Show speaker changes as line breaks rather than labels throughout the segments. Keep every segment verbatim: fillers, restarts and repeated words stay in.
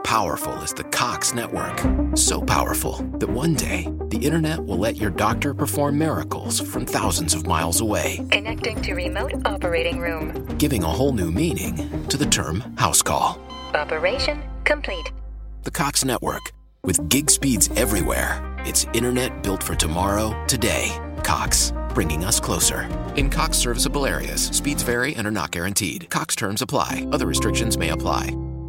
powerful is the Cox Network. So powerful that one day, the internet will let your doctor perform miracles from thousands of miles away.
Connecting to remote operating room.
Giving a whole new meaning to the term house call.
Operation complete.
The Cox Network. With gig speeds everywhere. It's internet built for tomorrow, today. Cox, bringing us closer. In Cox serviceable areas, speeds vary and are not guaranteed. Cox terms apply. Other restrictions may apply.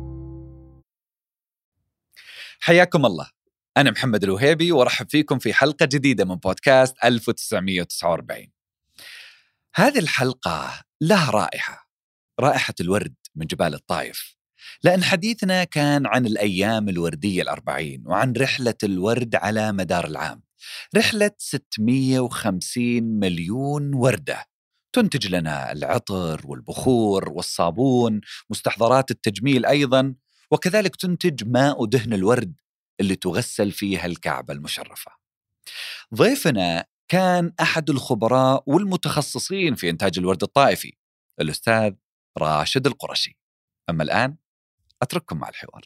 حياكم الله. أنا محمد الوهيبي ورحب فيكم في حلقة جديدة من بودكاست ألف وتسعمائة وتسعة وأربعين. هذه الحلقة لها رائحة، رائحة الورد من جبال الطائف، لأن حديثنا كان عن الأيام الوردية الأربعين وعن رحلة الورد على مدار العام. رحلة ستمائة وخمسين مليون وردة تنتج لنا العطر والبخور والصابون، مستحضرات التجميل أيضاً، وكذلك تنتج ماء دهن الورد اللي تغسل فيها الكعبة المشرفة. ضيفنا كان أحد الخبراء والمتخصصين في إنتاج الورد الطائفي، الأستاذ راشد القرشي. أما الآن أترككم مع الحوار.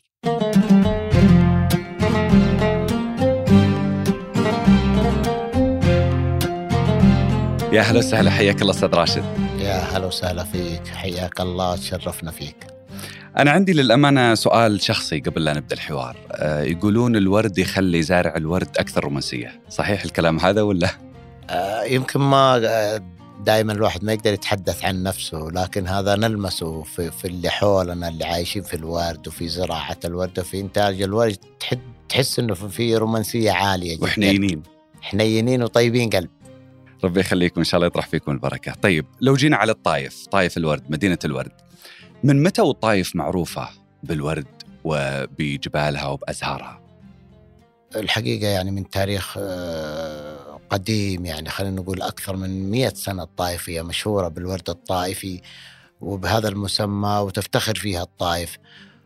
يا هلا وسهلا، حياك الله أستاذ راشد.
يا هلا وسهلا فيك، حياك الله، تشرفنا فيك.
أنا عندي للأمانة سؤال شخصي قبل لا نبدأ الحوار. أه يقولون الورد يخلي زارع الورد أكثر رومانسية، صحيح الكلام هذا ولا؟
أه يمكن ما دائما الواحد ما يقدر يتحدث عن نفسه، لكن هذا نلمسه في, في اللي حولنا اللي عايشين في الورد وفي زراعة الورد وفي إنتاج الورد. تحس إنه في رومانسية عالية جدا،
وحنينين
حنينين وطيبين قلب.
ربي يخليكم، إن شاء الله يطرح فيكم البركة. طيب لو جينا على الطائف، طائف الورد، مدينة الورد، من متى والطائف معروفة بالورد وبجبالها وبأزهارها؟
الحقيقة يعني من تاريخ قديم، يعني خلينا نقول أكثر من مئة سنة الطائف هي مشهورة بالورد الطائفي وبهذا المسمى وتفتخر فيها الطائف.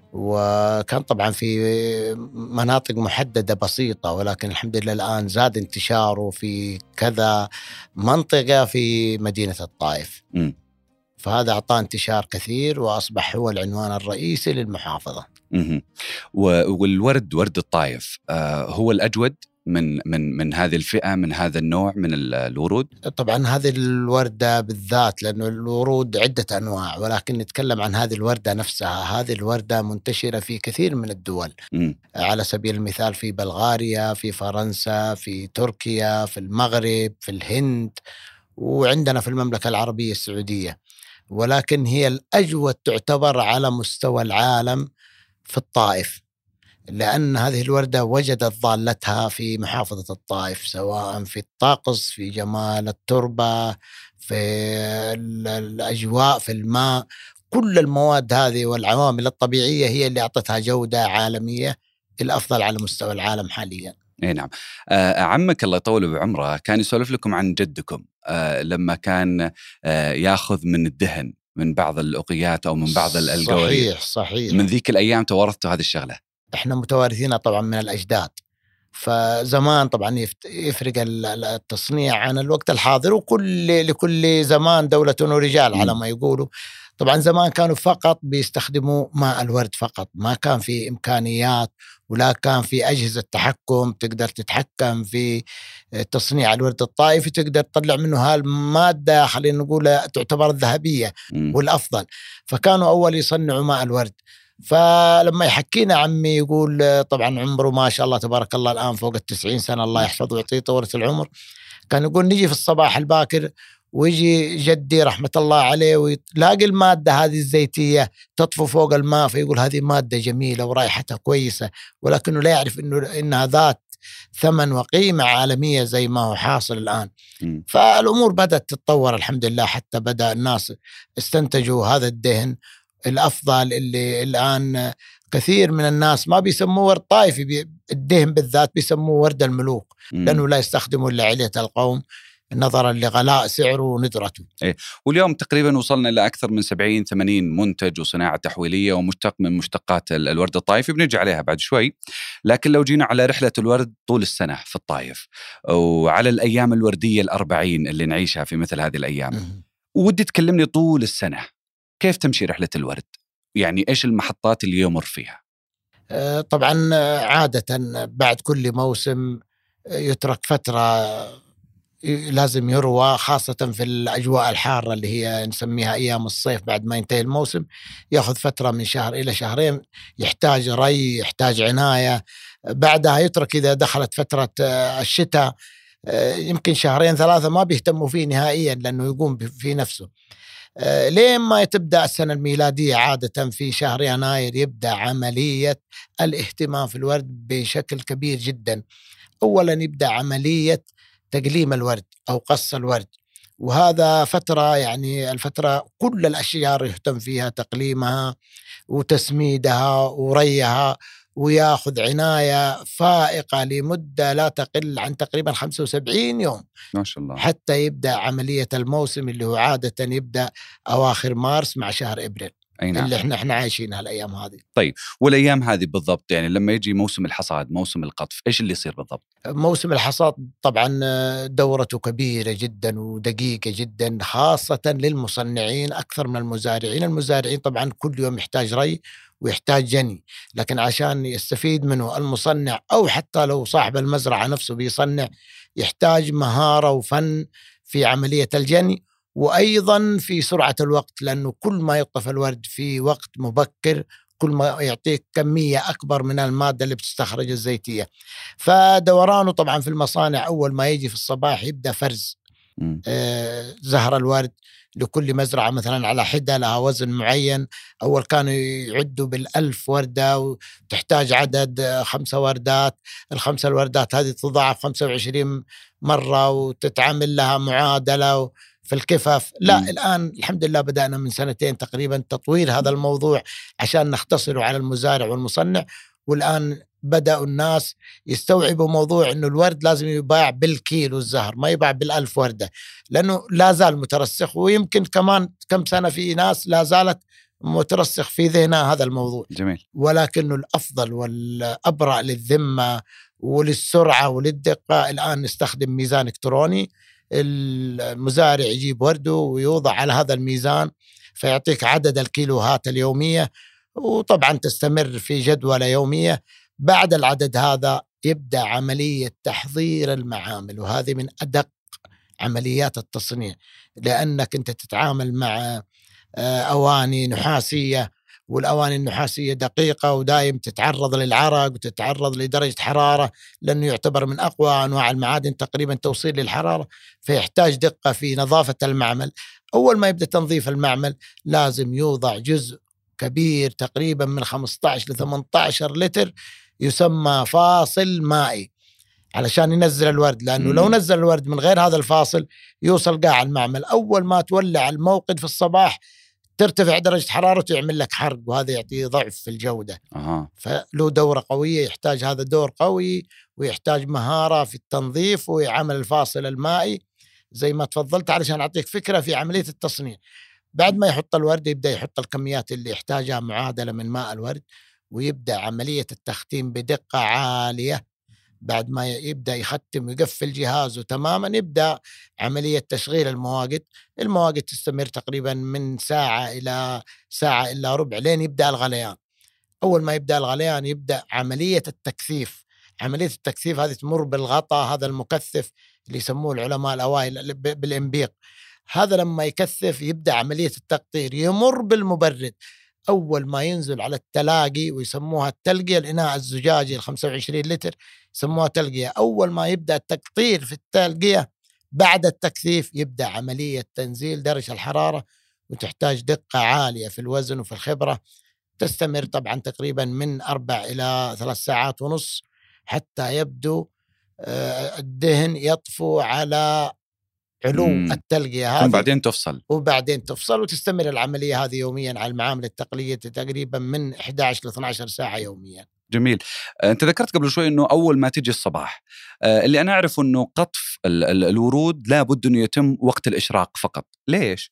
وكان طبعا في مناطق محددة بسيطة، ولكن الحمد لله الآن زاد انتشاره في كذا منطقة في مدينة الطائف. م. فهذا أعطاه انتشار كثير وأصبح هو العنوان الرئيسي للمحافظة.
مه. والورد، ورد الطائف، آه هو الأجود من من من هذه الفئة، من هذا النوع من الورود.
طبعا هذه الوردة بالذات، لأنه الورود عدة أنواع، ولكن نتكلم عن هذه الوردة نفسها. هذه الوردة منتشرة في كثير من الدول. م. على سبيل المثال في بلغاريا، في فرنسا، في تركيا، في المغرب، في الهند، وعندنا في المملكة العربية السعودية. ولكن هي الأجود تعتبر على مستوى العالم في الطائف، لأن هذه الوردة وجدت ضالتها في محافظة الطائف، سواء في الطقس، في جمال التربة، في الأجواء، في الماء. كل المواد هذه والعوامل الطبيعية هي اللي أعطتها جودة عالمية الأفضل على مستوى العالم حاليا.
اي نعم. آه عمك الله يطول بعمره كان يسولف لكم عن جدكم آه لما كان آه ياخذ من الدهن من بعض الأقيات أو من بعض القوارير.
صحيح صحيح.
من ذيك الأيام توارثتوا هذه الشغلة؟
احنا متوارثينها طبعا من الأجداد. فزمان طبعا يفرق التصنيع عن الوقت الحاضر، وكل لكل زمان دولة ورجال على ما يقولوا. طبعا زمان كانوا فقط بيستخدموا ماء الورد فقط، ما كان في إمكانيات ولا كان في أجهزة تحكم تقدر تتحكم في تصنيع الورد الطائفي، تقدر تطلع منه هالمادة خلينا نقول تعتبر الذهبية والأفضل. فكانوا أول يصنعوا ماء الورد. فلما يحكينا عمي يقول، طبعا عمره ما شاء الله تبارك الله الآن فوق التسعين سنة، الله يحفظه ويعطيه طولة العمر، كان يقول نجي في الصباح الباكر ويجي جدي رحمة الله عليه ويلاقي المادة هذه الزيتية تطفو فوق الماء، فيقول هذه مادة جميلة ورائحتها كويسة، ولكنه لا يعرف إنه إنها ذات ثمن وقيمة عالمية زي ما هو حاصل الآن. م. فالأمور بدأت تتطور الحمد لله، حتى بدأ الناس استنتجوا هذا الدهن الأفضل اللي الآن كثير من الناس ما بيسموه ورد طائفي، الدهن بالذات بيسموه ورد الملوك. م. لأنه لا يستخدمه إلا علية القوم نظرا لغلاء سعره وندرته.
إيه. واليوم تقريبا وصلنا إلى أكثر من سبعين ثمانين منتج وصناعة تحويلية ومشتق من مشتقات الورد الطائفي، بنرجع عليها بعد شوي. لكن لو جينا على رحلة الورد طول السنة في الطائف وعلى الأيام الوردية الأربعين اللي نعيشها في مثل هذه الأيام، م. ودي تكلمني طول السنة كيف تمشي رحلة الورد؟ يعني إيش المحطات اللي يمر فيها؟
طبعا عادة بعد كل موسم يترك فترة لازم يروى، خاصة في الأجواء الحارة اللي هي نسميها أيام الصيف. بعد ما ينتهي الموسم يأخذ فترة من شهر إلى شهرين، يحتاج ري، يحتاج عناية. بعدها يترك إذا دخلت فترة الشتاء يمكن شهرين ثلاثة ما بيهتموا فيه نهائيا، لأنه يقوم في نفسه. لين ما تبدأ السنة الميلادية عادة في شهر يناير يبدأ عملية الاهتمام في الورد بشكل كبير جدا. أولا يبدأ عملية تقليم الورد أو قص الورد، وهذا فترة يعني الفترة كل الأشجار يهتم فيها تقليمها وتسميدها وريها، وياخذ عناية فائقة لمدة لا تقل عن تقريبا خمسة وسبعين يوم
ما شاء الله،
حتى يبدأ عملية الموسم اللي هو عادة يبدأ أواخر مارس مع شهر إبريل.
أي نعم.
اللي احنا احنا عايشينها الأيام هذه.
طيب والأيام هذه بالضبط يعني لما يجي موسم الحصاد، موسم القطف، إيش اللي يصير بالضبط؟
موسم الحصاد طبعا دورته كبيرة جدا ودقيقة جدا، خاصة للمصنعين أكثر من المزارعين. المزارعين طبعا كل يوم يحتاج ري ويحتاج جني، لكن عشان يستفيد منه المصنع أو حتى لو صاحب المزرعة نفسه بيصنع يحتاج مهارة وفن في عملية الجني، وأيضا في سرعة الوقت، لأنه كل ما يقطف الورد في وقت مبكر كل ما يعطيك كمية أكبر من المادة اللي بتستخرج الزيتية. فدورانه طبعا في المصانع أول ما يجي في الصباح يبدأ فرز آه زهر الورد لكل مزرعة مثلا على حدة لها وزن معين. أول كانوا يعدوا بالألف وردة وتحتاج عدد خمسة وردات، الخمسة الوردات هذه تضاعف خمسة وعشرين مرة وتتعامل لها معادلة في الكفف. لا م. الآن الحمد لله بدأنا من سنتين تقريبا تطوير هذا الموضوع عشان نختصره على المزارع والمصنع، والآن بدأوا الناس يستوعبوا موضوع إنه الورد لازم يباع بالكيلو الزهر، ما يباع بالألف وردة، لأنه لا زال مترسخ، ويمكن كمان كم سنة في ناس لا زالت مترسخ في ذهنها هذا الموضوع.
جميل.
ولكنه الأفضل والأبرأ للذمة وللسرعة وللدقة الآن نستخدم ميزان إلكتروني. المزارع يجيب ورده ويوضع على هذا الميزان فيعطيك عدد الكيلوهات اليومية، وطبعا تستمر في جدولة يومية. بعد العدد هذا يبدأ عملية تحضير المعامل، وهذه من أدق عمليات التصنيع، لأنك أنت تتعامل مع أواني نحاسية، والأواني النحاسية دقيقة ودائم تتعرض للعرق وتتعرض لدرجة حرارة، لأنه يعتبر من أقوى أنواع المعادن تقريبا توصيل للحرارة، فيحتاج دقة في نظافة المعمل. أول ما يبدأ تنظيف المعمل لازم يوضع جزء كبير تقريبا من خمسة عشر لثمانية عشر لتر يسمى فاصل مائي علشان ينزل الورد، لأنه م. لو نزل الورد من غير هذا الفاصل يوصل قاع المعمل. أول ما تولع الموقد في الصباح ترتفع درجة حرارته يعمل لك حرق، وهذا يعطيه ضعف في الجودة.
أه.
فله دورة قوية، يحتاج هذا دور قوي ويحتاج مهارة في التنظيف وعمل الفاصل المائي زي ما تفضلت علشان أعطيك فكرة في عملية التصنيع. بعد ما يحط الورد يبدأ يحط الكميات اللي يحتاجها معادلة من ماء الورد، ويبدأ عملية التختيم بدقة عالية. بعد ما يبدأ يختم ويقفل جهازه تماما يبدأ عملية تشغيل المواقد. المواقد تستمر تقريبا من ساعة إلى ساعة إلا ربع لين يبدأ الغليان. أول ما يبدأ الغليان يبدأ عملية التكثيف. عملية التكثيف هذه تمر بالغطاء، هذا المكثف اللي يسموه العلماء الأوائل بالإنبيق. هذا لما يكثف يبدأ عملية التقطير، يمر بالمبرد. أول ما ينزل على التلاقي ويسموها التلقية، الإناء الزجاجي الخمسة وعشرين لتر يسموها تلقية. أول ما يبدأ التقطير في التلقية بعد التكثيف يبدأ عملية تنزيل درجة الحرارة، وتحتاج دقة عالية في الوزن وفي الخبرة. تستمر طبعا تقريبا من أربع إلى ثلاث ساعات ونص حتى يبدو الدهن يطفو على علو مم. التلقية هذه،
وبعدين تفصل
وبعدين تفصل وتستمر العملية هذه يوميا على المعامل التقليدية تقريبا من إحدى عشر ل اثنتي عشرة ساعة يوميا.
جميل. أنت ذكرت قبل شوي أنه أول ما تيجي الصباح، اللي أنا أعرف أنه قطف ال- ال- الورود لا بد أنه يتم وقت الإشراق فقط. ليش؟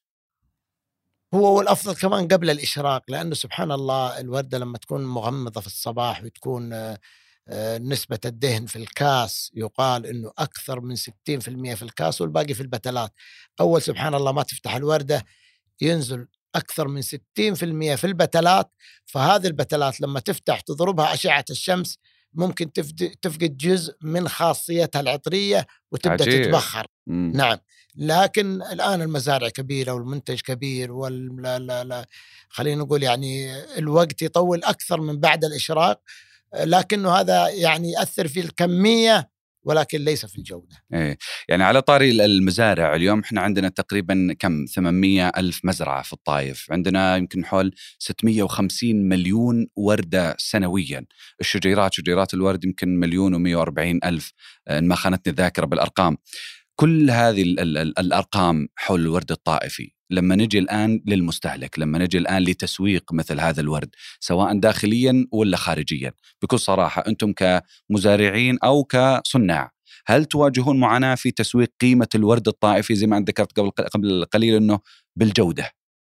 هو والأفضل كمان قبل الإشراق، لأنه سبحان الله الوردة لما تكون مغمضة في الصباح وتكون نسبة الدهن في الكاس يقال إنه أكثر من ستين بالمئة في الكاس والباقي في البتلات. أول سبحان الله ما تفتح الوردة ينزل أكثر من ستين بالمئة في البتلات. فهذه البتلات لما تفتح تضربها أشعة الشمس ممكن تفقد جزء من خاصيتها العطرية وتبدأ عجيب. تتبخر. مم. نعم. لكن الآن المزارع كبيرة والمنتج كبير وال لا لا لا خلينا نقول يعني الوقت يطول أكثر من بعد الإشراق، لكنه هذا يعني يأثر في الكمية ولكن ليس في الجودة.
إيه. يعني على طاري المزارع، اليوم احنا عندنا تقريبا كم ثمانمئة ألف مزرعة في الطائف، عندنا يمكن حول ستمئة وخمسين مليون وردة سنويا، الشجيرات شجيرات الورد يمكن مليون ومئة وأربعين ألف إن ما خانتني الذاكرة بالأرقام. كل هذه ال ال ال الأرقام حول الورد الطائفي، لما نجي الآن للمستهلك، لما نجي الآن لتسويق مثل هذا الورد سواء داخليا ولا خارجيا، بكل صراحة أنتم كمزارعين أو كصناع هل تواجهون معاناة في تسويق قيمة الورد الطائفي زي ما ذكرت قبل قبل قليل أنه بالجودة؟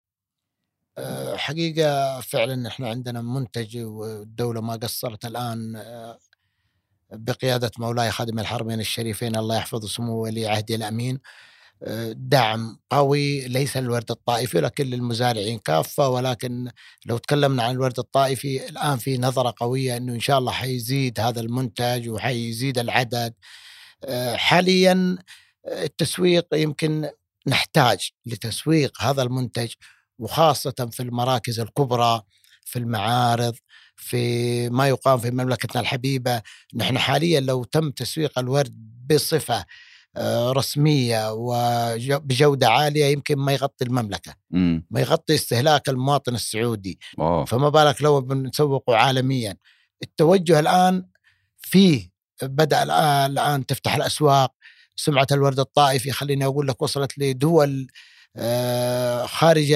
حقيقة فعلا احنا عندنا منتج والدولة ما قصرت الآن بقيادة مولاي خادم الحرمين الشريفين الله يحفظه سمو ولي عهدي الأمين، دعم قوي ليس للورد الطائفي لكن للمزارعين كافة. ولكن لو تكلمنا عن الورد الطائفي الآن في نظرة قوية أنه إن شاء الله حيزيد هذا المنتج وحيزيد العدد. حاليا التسويق يمكن نحتاج لتسويق هذا المنتج، وخاصة في المراكز الكبرى، في المعارض، في ما يقام في مملكتنا الحبيبة. نحن حاليا لو تم تسويق الورد بصفة رسمية وبجودة عالية يمكن ما يغطي المملكة، م. ما يغطي استهلاك المواطن السعودي. أوه. فما بالك لو بنسوقه عالميا. التوجه الآن فيه بدأ الآن تفتح الأسواق. سمعة الورد الطائفي خليني أقول لك وصلت لدول خارج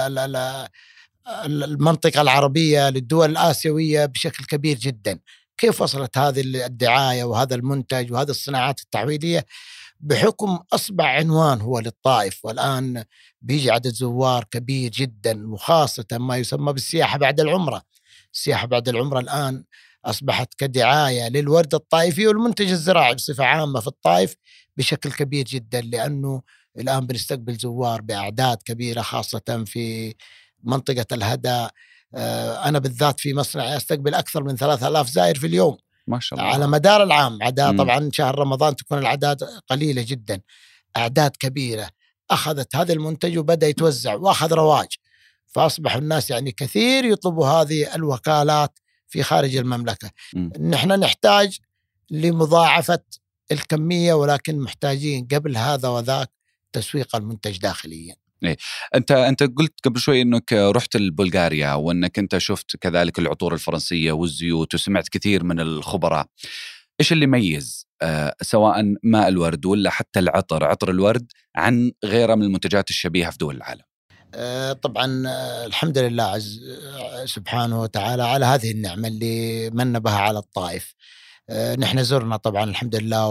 المنطقة العربية، للدول الآسيوية بشكل كبير جدا. كيف وصلت هذه الدعاية وهذا المنتج وهذه الصناعات التحويلية؟ بحكم أصبح عنوان هو للطائف، والآن بيجي عدد زوار كبير جدا، وخاصة ما يسمى بالسياحة بعد العمرة. السياحة بعد العمرة الآن أصبحت كدعاية للورد الطائفي والمنتج الزراعي بصفة عامة في الطائف بشكل كبير جدا، لأنه الآن بنستقبل زوار بأعداد كبيرة خاصة في منطقة الهدى. أنا بالذات في مصنع أستقبل أكثر من ثلاثة آلاف زائر في اليوم
ما شاء الله
على مدار العام. عدا طبعا شهر رمضان تكون الأعداد قليلة جدا، أعداد كبيرة. أخذت هذا المنتج وبدأ يتوزع وأخذ رواج، فأصبح الناس يعني كثير يطلبوا هذه الوكالات في خارج المملكة. م. نحن نحتاج لمضاعفة الكمية، ولكن محتاجين قبل هذا وذاك تسويق المنتج داخليا.
إيه. أنت أنت قلت قبل شوي إنك رحت لبلغاريا، وإنك أنت شفت كذلك العطور الفرنسية والزيوت، وسمعت كثير من الخبراء. إيش اللي يميز آه سواء ماء الورد ولا حتى العطر عطر الورد عن غيره من المنتجات الشبيهة في دول العالم؟
آه طبعا آه الحمد لله عز سبحانه وتعالى على هذه النعمة اللي من بها على الطائف. نحن زرنا طبعا الحمد لله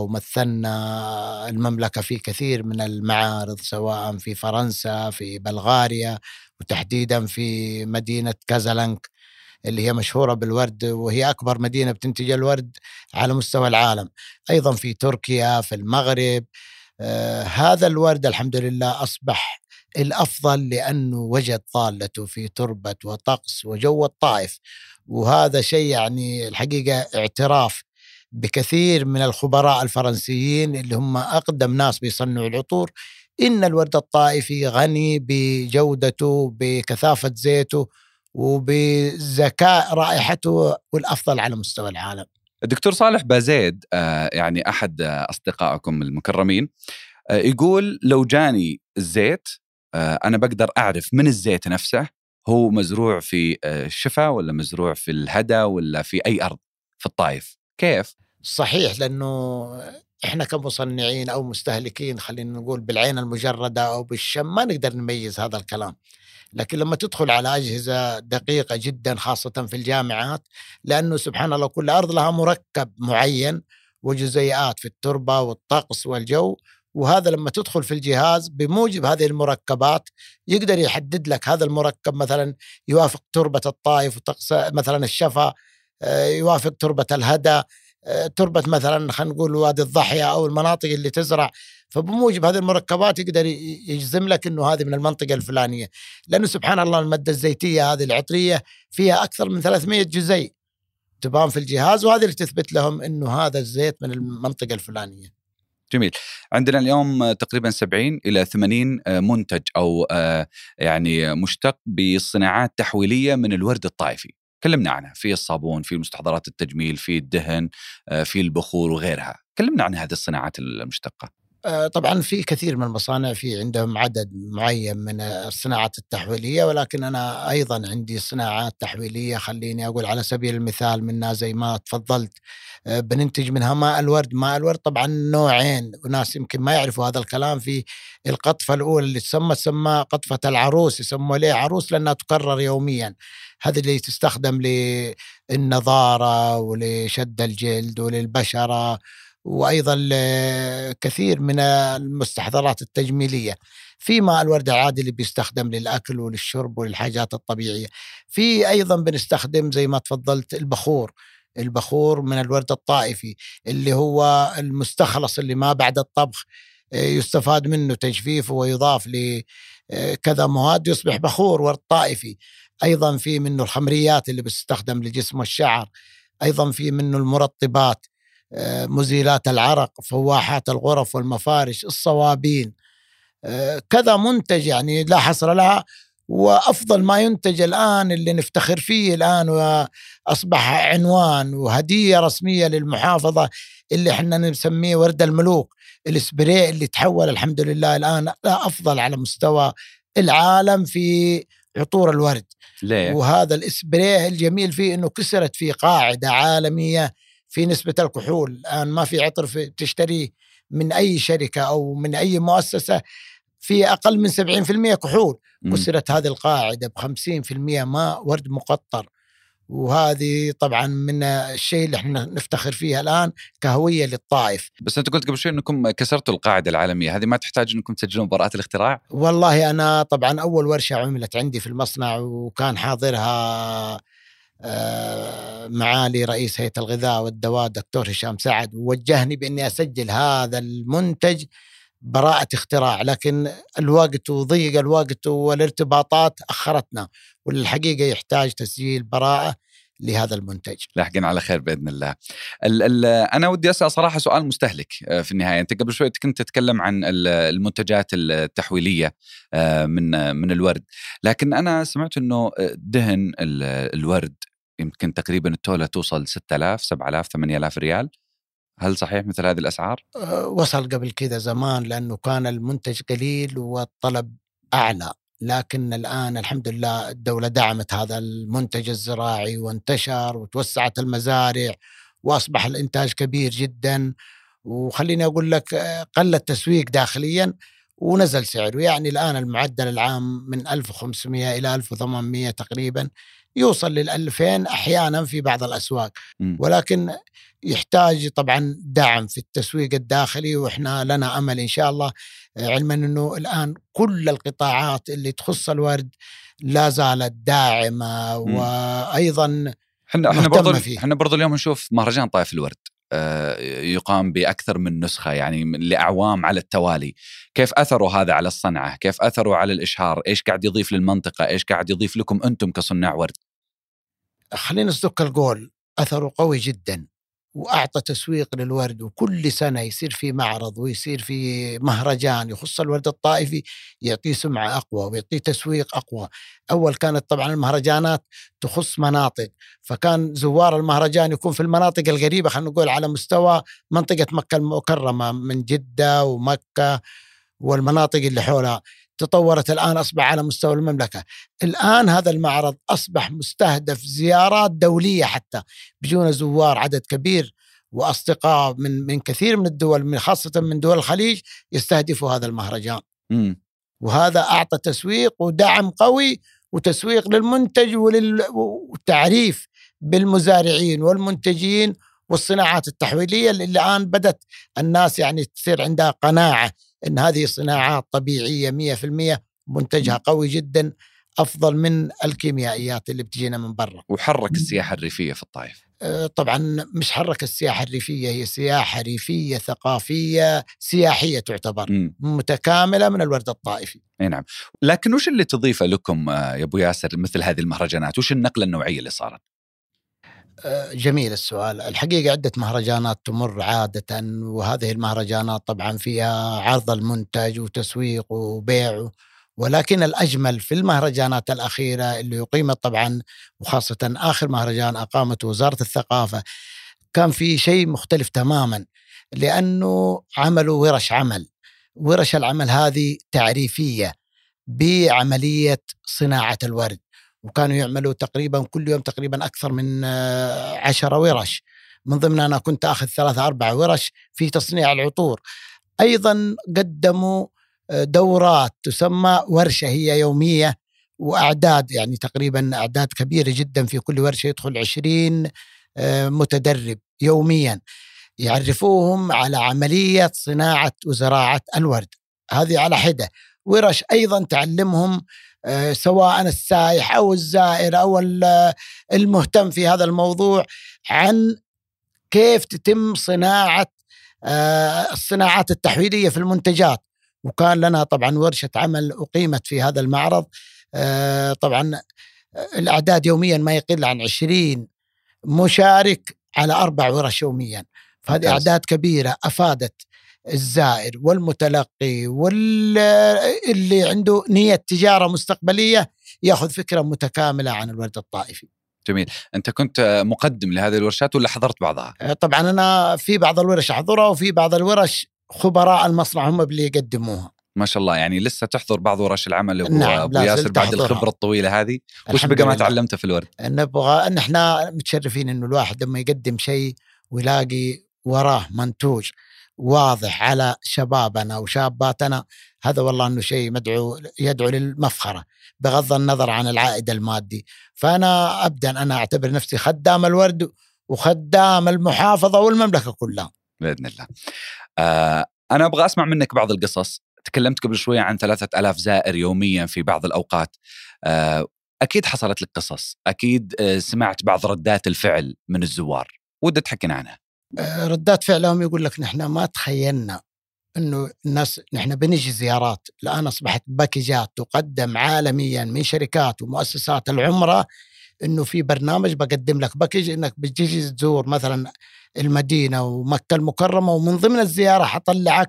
ومثلنا المملكة في كثير من المعارض، سواء في فرنسا، في بلغاريا، وتحديدا في مدينة كازالانك اللي هي مشهورة بالورد، وهي أكبر مدينة بتنتج الورد على مستوى العالم. أيضا في تركيا، في المغرب. آه هذا الورد الحمد لله أصبح الأفضل لأنه وجد ضالته في تربة وطقس وجو الطائف، وهذا شيء يعني الحقيقة اعتراف بكثير من الخبراء الفرنسيين اللي هم أقدم ناس بيصنعوا العطور، إن الورد الطائفي غني بجودته، بكثافة زيته، وبذكاء رائحته، والأفضل على مستوى العالم.
الدكتور صالح بازيد آه يعني أحد أصدقائكم المكرمين آه يقول لو جاني الزيت آه أنا بقدر أعرف من الزيت نفسه هو مزروع في آه الشفا ولا مزروع في الهدى ولا في أي أرض في الطائف. كيف؟
صحيح، لأنه إحنا كمصنعين أو مستهلكين خلينا نقول بالعين المجردة أو بالشم ما نقدر نميز هذا الكلام. لكن لما تدخل على أجهزة دقيقة جدا خاصة في الجامعات، لأنه سبحان الله كل أرض لها مركب معين وجزيئات في التربة والطقس والجو، وهذا لما تدخل في الجهاز بموجب هذه المركبات يقدر يحدد لك هذا المركب مثلا يوافق تربة الطائف وطقس مثلا الشفا، يوافق تربة الهدى. تربة مثلا خلينا نقول وادي الضحية أو المناطق اللي تزرع، فبموجب هذه المركبات يقدر يجزم لك إنه هذه من المنطقة الفلانية، لأنه سبحان الله المادة الزيتية هذه العطرية فيها أكثر من ثلاثمائة جزيء تبان في الجهاز، وهذه اللي تثبت لهم إنه هذا الزيت من المنطقة الفلانية.
جميل. عندنا اليوم تقريبا سبعين إلى ثمانين منتج أو يعني مشتق بصناعات تحويلية من الورد الطائفي، كلمنا عنها، في الصابون، في مستحضرات التجميل، في الدهن، في البخور وغيرها. كلمنا عن هذه الصناعات المشتقة.
طبعا في كثير من المصانع في عندهم عدد معين من الصناعات التحويلية، ولكن أنا أيضا عندي صناعات تحويلية. خليني أقول على سبيل المثال منها زي ما تفضلت بننتج منها ماء الورد. ماء الورد طبعا نوعين، وناس يمكن ما يعرفوا هذا الكلام. في القطفة الأولى اللي تسمى تسمى قطفة العروس، يسموا ليه عروس لأنها تكرر يوميا. هذه اللي تستخدم للنضارة ولشد الجلد وللبشرة، وأيضا كثير من المستحضرات التجميلية. في ماء الورد العادي اللي بيستخدم للأكل وللشرب وللحاجات الطبيعية. في أيضا بنستخدم زي ما تفضلت البخور. البخور من الورد الطائفي اللي هو المستخلص اللي ما بعد الطبخ، يستفاد منه تجفيفه ويضاف لكذا مواد يصبح بخور ورد طائفي. أيضا في منه الخمريات اللي بتستخدم لجسم والشعر. أيضا في منه المرطبات، مزيلات العرق، فواحات الغرف والمفارش، الصوابين، كذا منتج يعني لا حصر لها. وأفضل ما ينتج الآن اللي نفتخر فيه الآن وأصبح عنوان وهدية رسمية للمحافظة اللي احنا نسميه ورد الملوك، الاسبراي اللي تحول الحمد لله الآن لا أفضل على مستوى العالم في عطور الورد.
ليه؟
وهذا الاسبراي الجميل فيه إنه كسرت فيه قاعدة عالمية في نسبة الكحول. الآن ما في عطر في تشتريه من أي شركة أو من أي مؤسسة في أقل من سبعين في المئة كحول. كسرت هذه القاعدة بخمسين في المئة ماء ورد مقطر، وهذه طبعا من الشيء اللي احنا نفتخر فيها الآن كهوية للطائف.
بس أنت قلت قبل شوي أنكم كسرتوا القاعدة العالمية، هذه ما تحتاج أنكم تسجلون براءات الاختراع؟
والله أنا طبعا أول ورشة عملت عندي في المصنع وكان حاضرها معالي رئيس هيئة الغذاء والدواء دكتور هشام سعد، ووجهني بأني أسجل هذا المنتج براءة اختراع، لكن الوقت وضيق الوقت والارتباطات أخرتنا، والحقيقة يحتاج تسجيل براءة لهذا المنتج.
لاحقين على خير بإذن الله. ال ال أنا ودي أسأل صراحة سؤال مستهلك في النهاية. أنت قبل شوي كنت تتكلم عن المنتجات التحويلية من من الورد، لكن أنا سمعت أنه دهن الورد يمكن تقريبا التولة توصل ستة آلاف سبعة آلاف ثمانية آلاف ريال، هل صحيح مثل هذه الأسعار؟
وصل قبل كذا زمان لأنه كان المنتج قليل والطلب أعلى، لكن الآن الحمد لله الدولة دعمت هذا المنتج الزراعي وانتشر وتوسعت المزارع وأصبح الإنتاج كبير جدا. وخليني أقول لك قل التسويق داخليا ونزل سعره، يعني الآن المعدل العام من ألف وخمسمئة إلى ألف وثمانمئة تقريبا، يوصل للألفين أحيانا في بعض الأسواق، ولكن يحتاج طبعا دعم في التسويق الداخلي، وإحنا لنا أمل إن شاء الله، علما أنه الآن كل القطاعات اللي تخص الورد لا زالت داعمة وأيضا
احنا احنا برضو احنا برضو اليوم نشوف مهرجان طائف الورد يقام بأكثر من نسخة يعني لأعوام على التوالي. كيف أثره هذا على الصنعة؟ كيف أثره على الإشهار؟ إيش قاعد يضيف للمنطقة؟ إيش قاعد يضيف لكم أنتم كصناع ورد؟
خلينا نصدق القول، أثره قوي جدا وأعطى تسويق للورد، وكل سنة يصير في معرض ويصير في مهرجان يخص الورد الطائفي، يعطيه سمعة أقوى ويعطيه تسويق أقوى. أول كانت طبعا المهرجانات تخص مناطق، فكان زوار المهرجان يكون في المناطق القريبة، خلينا نقول على مستوى منطقة مكة المكرمة من جدة ومكة والمناطق اللي حولها. تطورت الآن أصبح على مستوى المملكة. الآن هذا المعرض أصبح مستهدف زيارات دولية، حتى بيجونا زوار عدد كبير وأصدقاء من من كثير من الدول، من خاصة من دول الخليج يستهدفوا هذا المهرجان. م. وهذا أعطى تسويق ودعم قوي وتسويق للمنتج والتعريف بالمزارعين والمنتجين والصناعات التحويلية اللي الآن بدت الناس يعني تصير عندها قناعة إن هذه صناعات طبيعية مية في المية، منتجها قوي جدا، أفضل من الكيميائيات اللي بتجينا من برا.
وحرك السياحة الريفية في الطائف.
طبعا مش حركة السياحة الريفية، هي سياحة ريفية ثقافية سياحية تعتبر م. متكاملة من الورد الطائفي.
اي نعم. لكن وش اللي تضيفه لكم يا أبو ياسر مثل هذه المهرجانات؟ وش النقلة النوعية اللي صارت؟
جميل السؤال. الحقيقة عدة مهرجانات تمر عادة، وهذه المهرجانات طبعا فيها عرض المنتج وتسويق وبيع، ولكن الأجمل في المهرجانات الأخيرة اللي يقيمت طبعا، وخاصة آخر مهرجان أقامته وزارة الثقافة، كان في شيء مختلف تماما، لأنه عملوا ورش عمل. ورش العمل هذه تعريفية بعملية صناعة الورد، وكانوا يعملوا تقريبا كل يوم تقريبا أكثر من عشرة ورش، من ضمن أنا كنت أخذ ثلاثة أربعة ورش في تصنيع العطور. أيضا قدموا دورات تسمى ورشة، هي يومية وأعداد، يعني تقريبا أعداد كبيرة جدا، في كل ورشة يدخل عشرين متدرب يوميا يعرفوهم على عملية صناعة وزراعة الورد. هذه على حدة. ورش أيضا تعلمهم سواء السائح أو الزائر أو المهتم في هذا الموضوع عن كيف تتم صناعة الصناعات التحويلية في المنتجات. وكان لنا طبعا ورشة عمل أقيمت في هذا المعرض، طبعا الأعداد يوميا ما يقل عن عشرين مشارك على أربع ورش يوميا، فهذه أعداد كبيرة أفادت الزائر والمتلقي واللي عنده نية تجارة مستقبلية يأخذ فكرة متكاملة عن الورد الطائفي.
جميل. أنت كنت مقدم لهذه الورشات ولا حضرت بعضها؟
طبعا أنا في بعض الورش أحضرها، وفي بعض الورش خبراء المصنع هم اللي يقدموها.
ما شاء الله، يعني لسه تحضر بعض ورش العمل أبو, نعم أبو ياسر بعد
تحضرها.
الخبرة الطويلة هذه. وش بقى ما تعلمته في الورد؟
نبغى أن احنا متشرفين إنه الواحد لما يقدم شيء ويلاقي وراه منتوج واضح على شبابنا وشاباتنا، هذا والله أنه شيء مدعو يدعو للمفخرة بغض النظر عن العائد المادي. فأنا أبدأ أنا أعتبر نفسي خدام الورد وخدام المحافظة والمملكة كلها
بإذن الله. آه أنا أبغى أسمع منك بعض القصص. تكلمت قبل شوية عن ثلاثة ألاف زائر يوميا في بعض الأوقات. آه أكيد حصلت لك قصص، أكيد آه سمعت بعض ردات الفعل من الزوار، ودي تحكينا عنها.
ردات فعلهم يقول لك نحن ما تخيلنا إنه الناس نحن بنجي زيارات، الآن أصبحت باكيجات تقدم عالميا من شركات ومؤسسات العمرة، إنه في برنامج بقدم لك باكيج إنك بتجي تزور مثلا المدينة ومكة المكرمة، ومن ضمن الزيارة حطلعك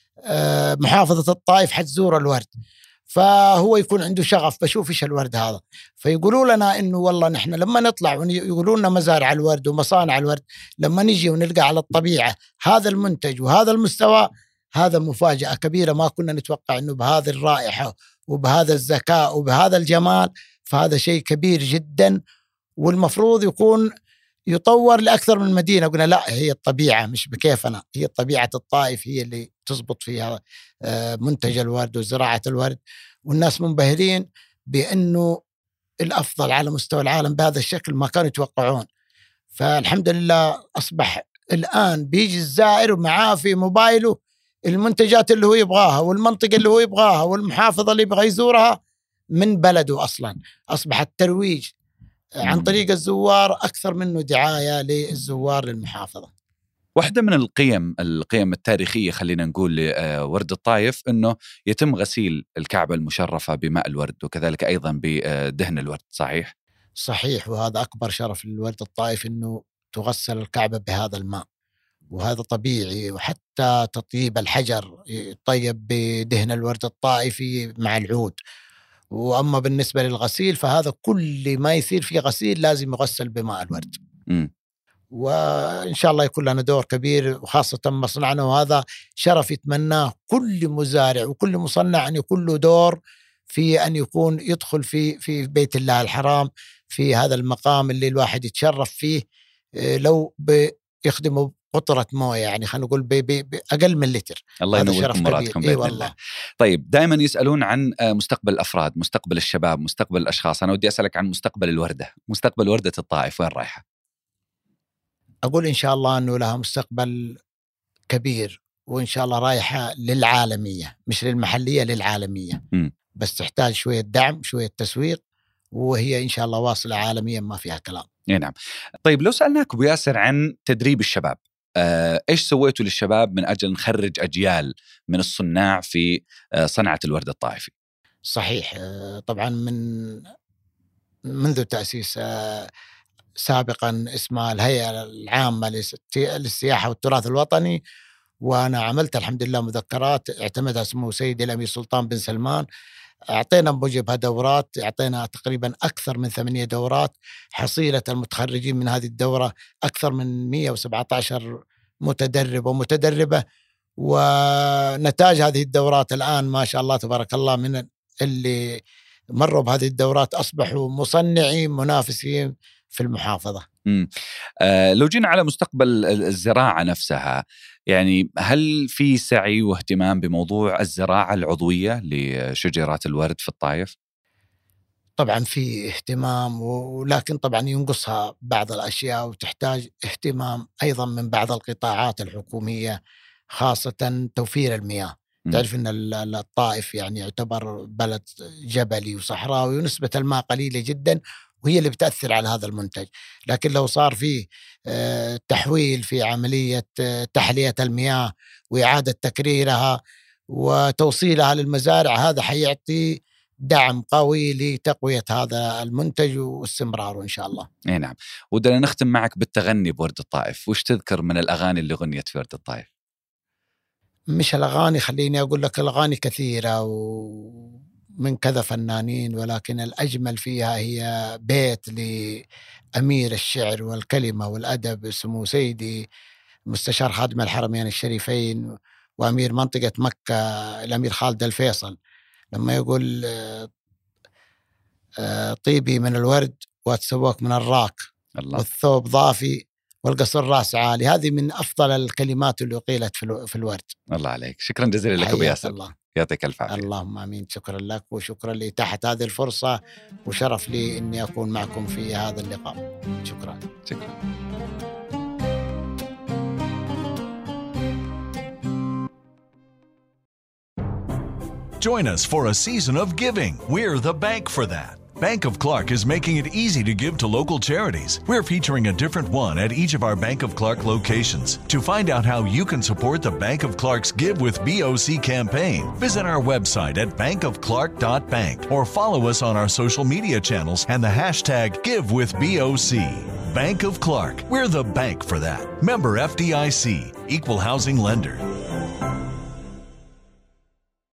محافظة الطائف حتزور الورد. فهو يكون عنده شغف بشوف إيش الورد هذا، فيقولوا لنا إنه والله نحن لما نطلع ويقولوا لنا مزارع الورد ومصانع الورد، لما نجي ونلقى على الطبيعة هذا المنتج وهذا المستوى، هذا مفاجأة كبيرة ما كنا نتوقع إنه بهذه الرائحة وبهذا الذكاء وبهذا الجمال. فهذا شيء كبير جدا، والمفروض يكون يطور لأكثر من مدينة. قلنا لا، هي الطبيعة مش بكيفنا، هي طبيعة الطائف هي اللي تزبط فيها منتج الورد وزراعة الورد، والناس منبهرين بأنه الأفضل على مستوى العالم بهذا الشكل ما كانوا يتوقعون. فالحمد لله أصبح الآن بيجي الزائر ومعاه في موبايله المنتجات اللي هو يبغاها والمنطقة اللي هو يبغاها والمحافظة اللي يبغى يزورها من بلده. أصلا أصبح الترويج عن طريق الزوار أكثر منه دعاية للزوار للمحافظة.
واحدة من القيم القيم التاريخية خلينا نقول لورد الطائف أنه يتم غسيل الكعبة المشرفة بماء الورد، وكذلك أيضا بدهن الورد. صحيح؟
صحيح، وهذا أكبر شرف للورد الطائف أنه تغسل الكعبة بهذا الماء، وهذا طبيعي. وحتى تطيب الحجر يطيب بدهن الورد الطائفي مع العود. وأما بالنسبة للغسيل فهذا كل ما يصير في غسيل لازم يغسل بماء الورد. م. وإن شاء الله يكون لنا دور كبير، وخاصة مصنعنا، وهذا شرف يتمناه كل مزارع وكل مصنع أن يكون له دور في أن يكون يدخل في في بيت الله الحرام، في هذا المقام اللي الواحد يتشرف فيه لو بيخدمه قطرة موية، يعني خلينا نقول بأقل من لتر.
الله ينوركم مراتكم بإذن الله. طيب دائما يسألون عن مستقبل الأفراد، مستقبل الشباب، مستقبل الأشخاص. أنا ودي أسألك عن مستقبل الوردة، مستقبل وردة الطائف، وين رايحة؟
أقول إن شاء الله أنه لها مستقبل كبير، وإن شاء الله رايحة للعالمية، مش للمحلية، للعالمية. م. بس تحتاج شوية دعم، شوية تسويق، وهي إن شاء الله واصلة عالميا ما فيها كلام.
نعم. طيب لو سألناك أبو ياسر عن تدريب الشباب، آه، إيش سويتوا للشباب من أجل نخرج أجيال من الصناع في آه، صنعة الورد الطائفي؟
صحيح. طبعا من منذ تأسيس سابقا اسمها الهيئة العامة للسياحة والتراث الوطني، وأنا عملت الحمد لله مذكرات اعتمدها سمو سيدي الأمير سلطان بن سلمان. أعطينا بموجبها دورات، أعطينا تقريبا أكثر من ثمانية دورات. حصيلة المتخرجين من هذه الدورة أكثر من مئة وسبعة عشر متدرب ومتدربة، ونتاج هذه الدورات الآن ما شاء الله تبارك الله من اللي مروا بهذه الدورات أصبحوا مصنعين منافسين في المحافظة.
مم. آه لو جينا على مستقبل الزراعة نفسها، يعني هل في سعي واهتمام بموضوع الزراعة العضوية لشجرات الورد في الطائف؟
طبعا في اهتمام، ولكن طبعا ينقصها بعض الأشياء وتحتاج اهتمام أيضا من بعض القطاعات الحكومية، خاصة توفير المياه. م. تعرف أن الطائف يعني يعتبر بلد جبلي وصحراوي ونسبة الماء قليلة جدا، وهي اللي بتأثر على هذا المنتج. لكن لو صار فيه تحويل في عملية تحلية المياه وإعادة تكريرها وتوصيلها للمزارع، هذا حيعطي دعم قوي لتقوية هذا المنتج واستمراره إن شاء الله.
اي نعم. ودنا نختم معك بالتغني بورد الطائف. وش تذكر من الأغاني اللي غنيت في ورد الطائف؟
مش الأغاني، خليني أقول لك الأغاني كثيرة ومن كذا فنانين، ولكن الأجمل فيها هي بيت لأمير الشعر والكلمة والأدب سمو سيدي مستشار خادم الحرمين الشريفين وأمير منطقة مكة الأمير خالد الفيصل، لما يقول طيبي من الورد واتسوق من الراك الله. والثوب ضافي والقصر راس عالي. هذه من أفضل الكلمات اللي قيلت في الورد.
الله عليك. شكرا جزيلا لك أبو ياسر. يعطيك الف عافية.
اللهم آمين. شكرا لك وشكرا لي تحت هذه الفرصة، وشرف لي أني أكون معكم في هذا اللقاء. شكرا.
شكرا.
Join us for a season of giving. We're the bank for that. Bank of Clark is making it easy to give to local charities. We're featuring a different one at each of our Bank of Clark locations. To find out how you can support the Bank of Clark's Give with B O C campaign, visit our website at bank of clark dot bank or follow us on our social media channels and the hashtag Give with B O C. Bank of Clark. We're the bank for that. Member F D I C. Equal Housing Lender.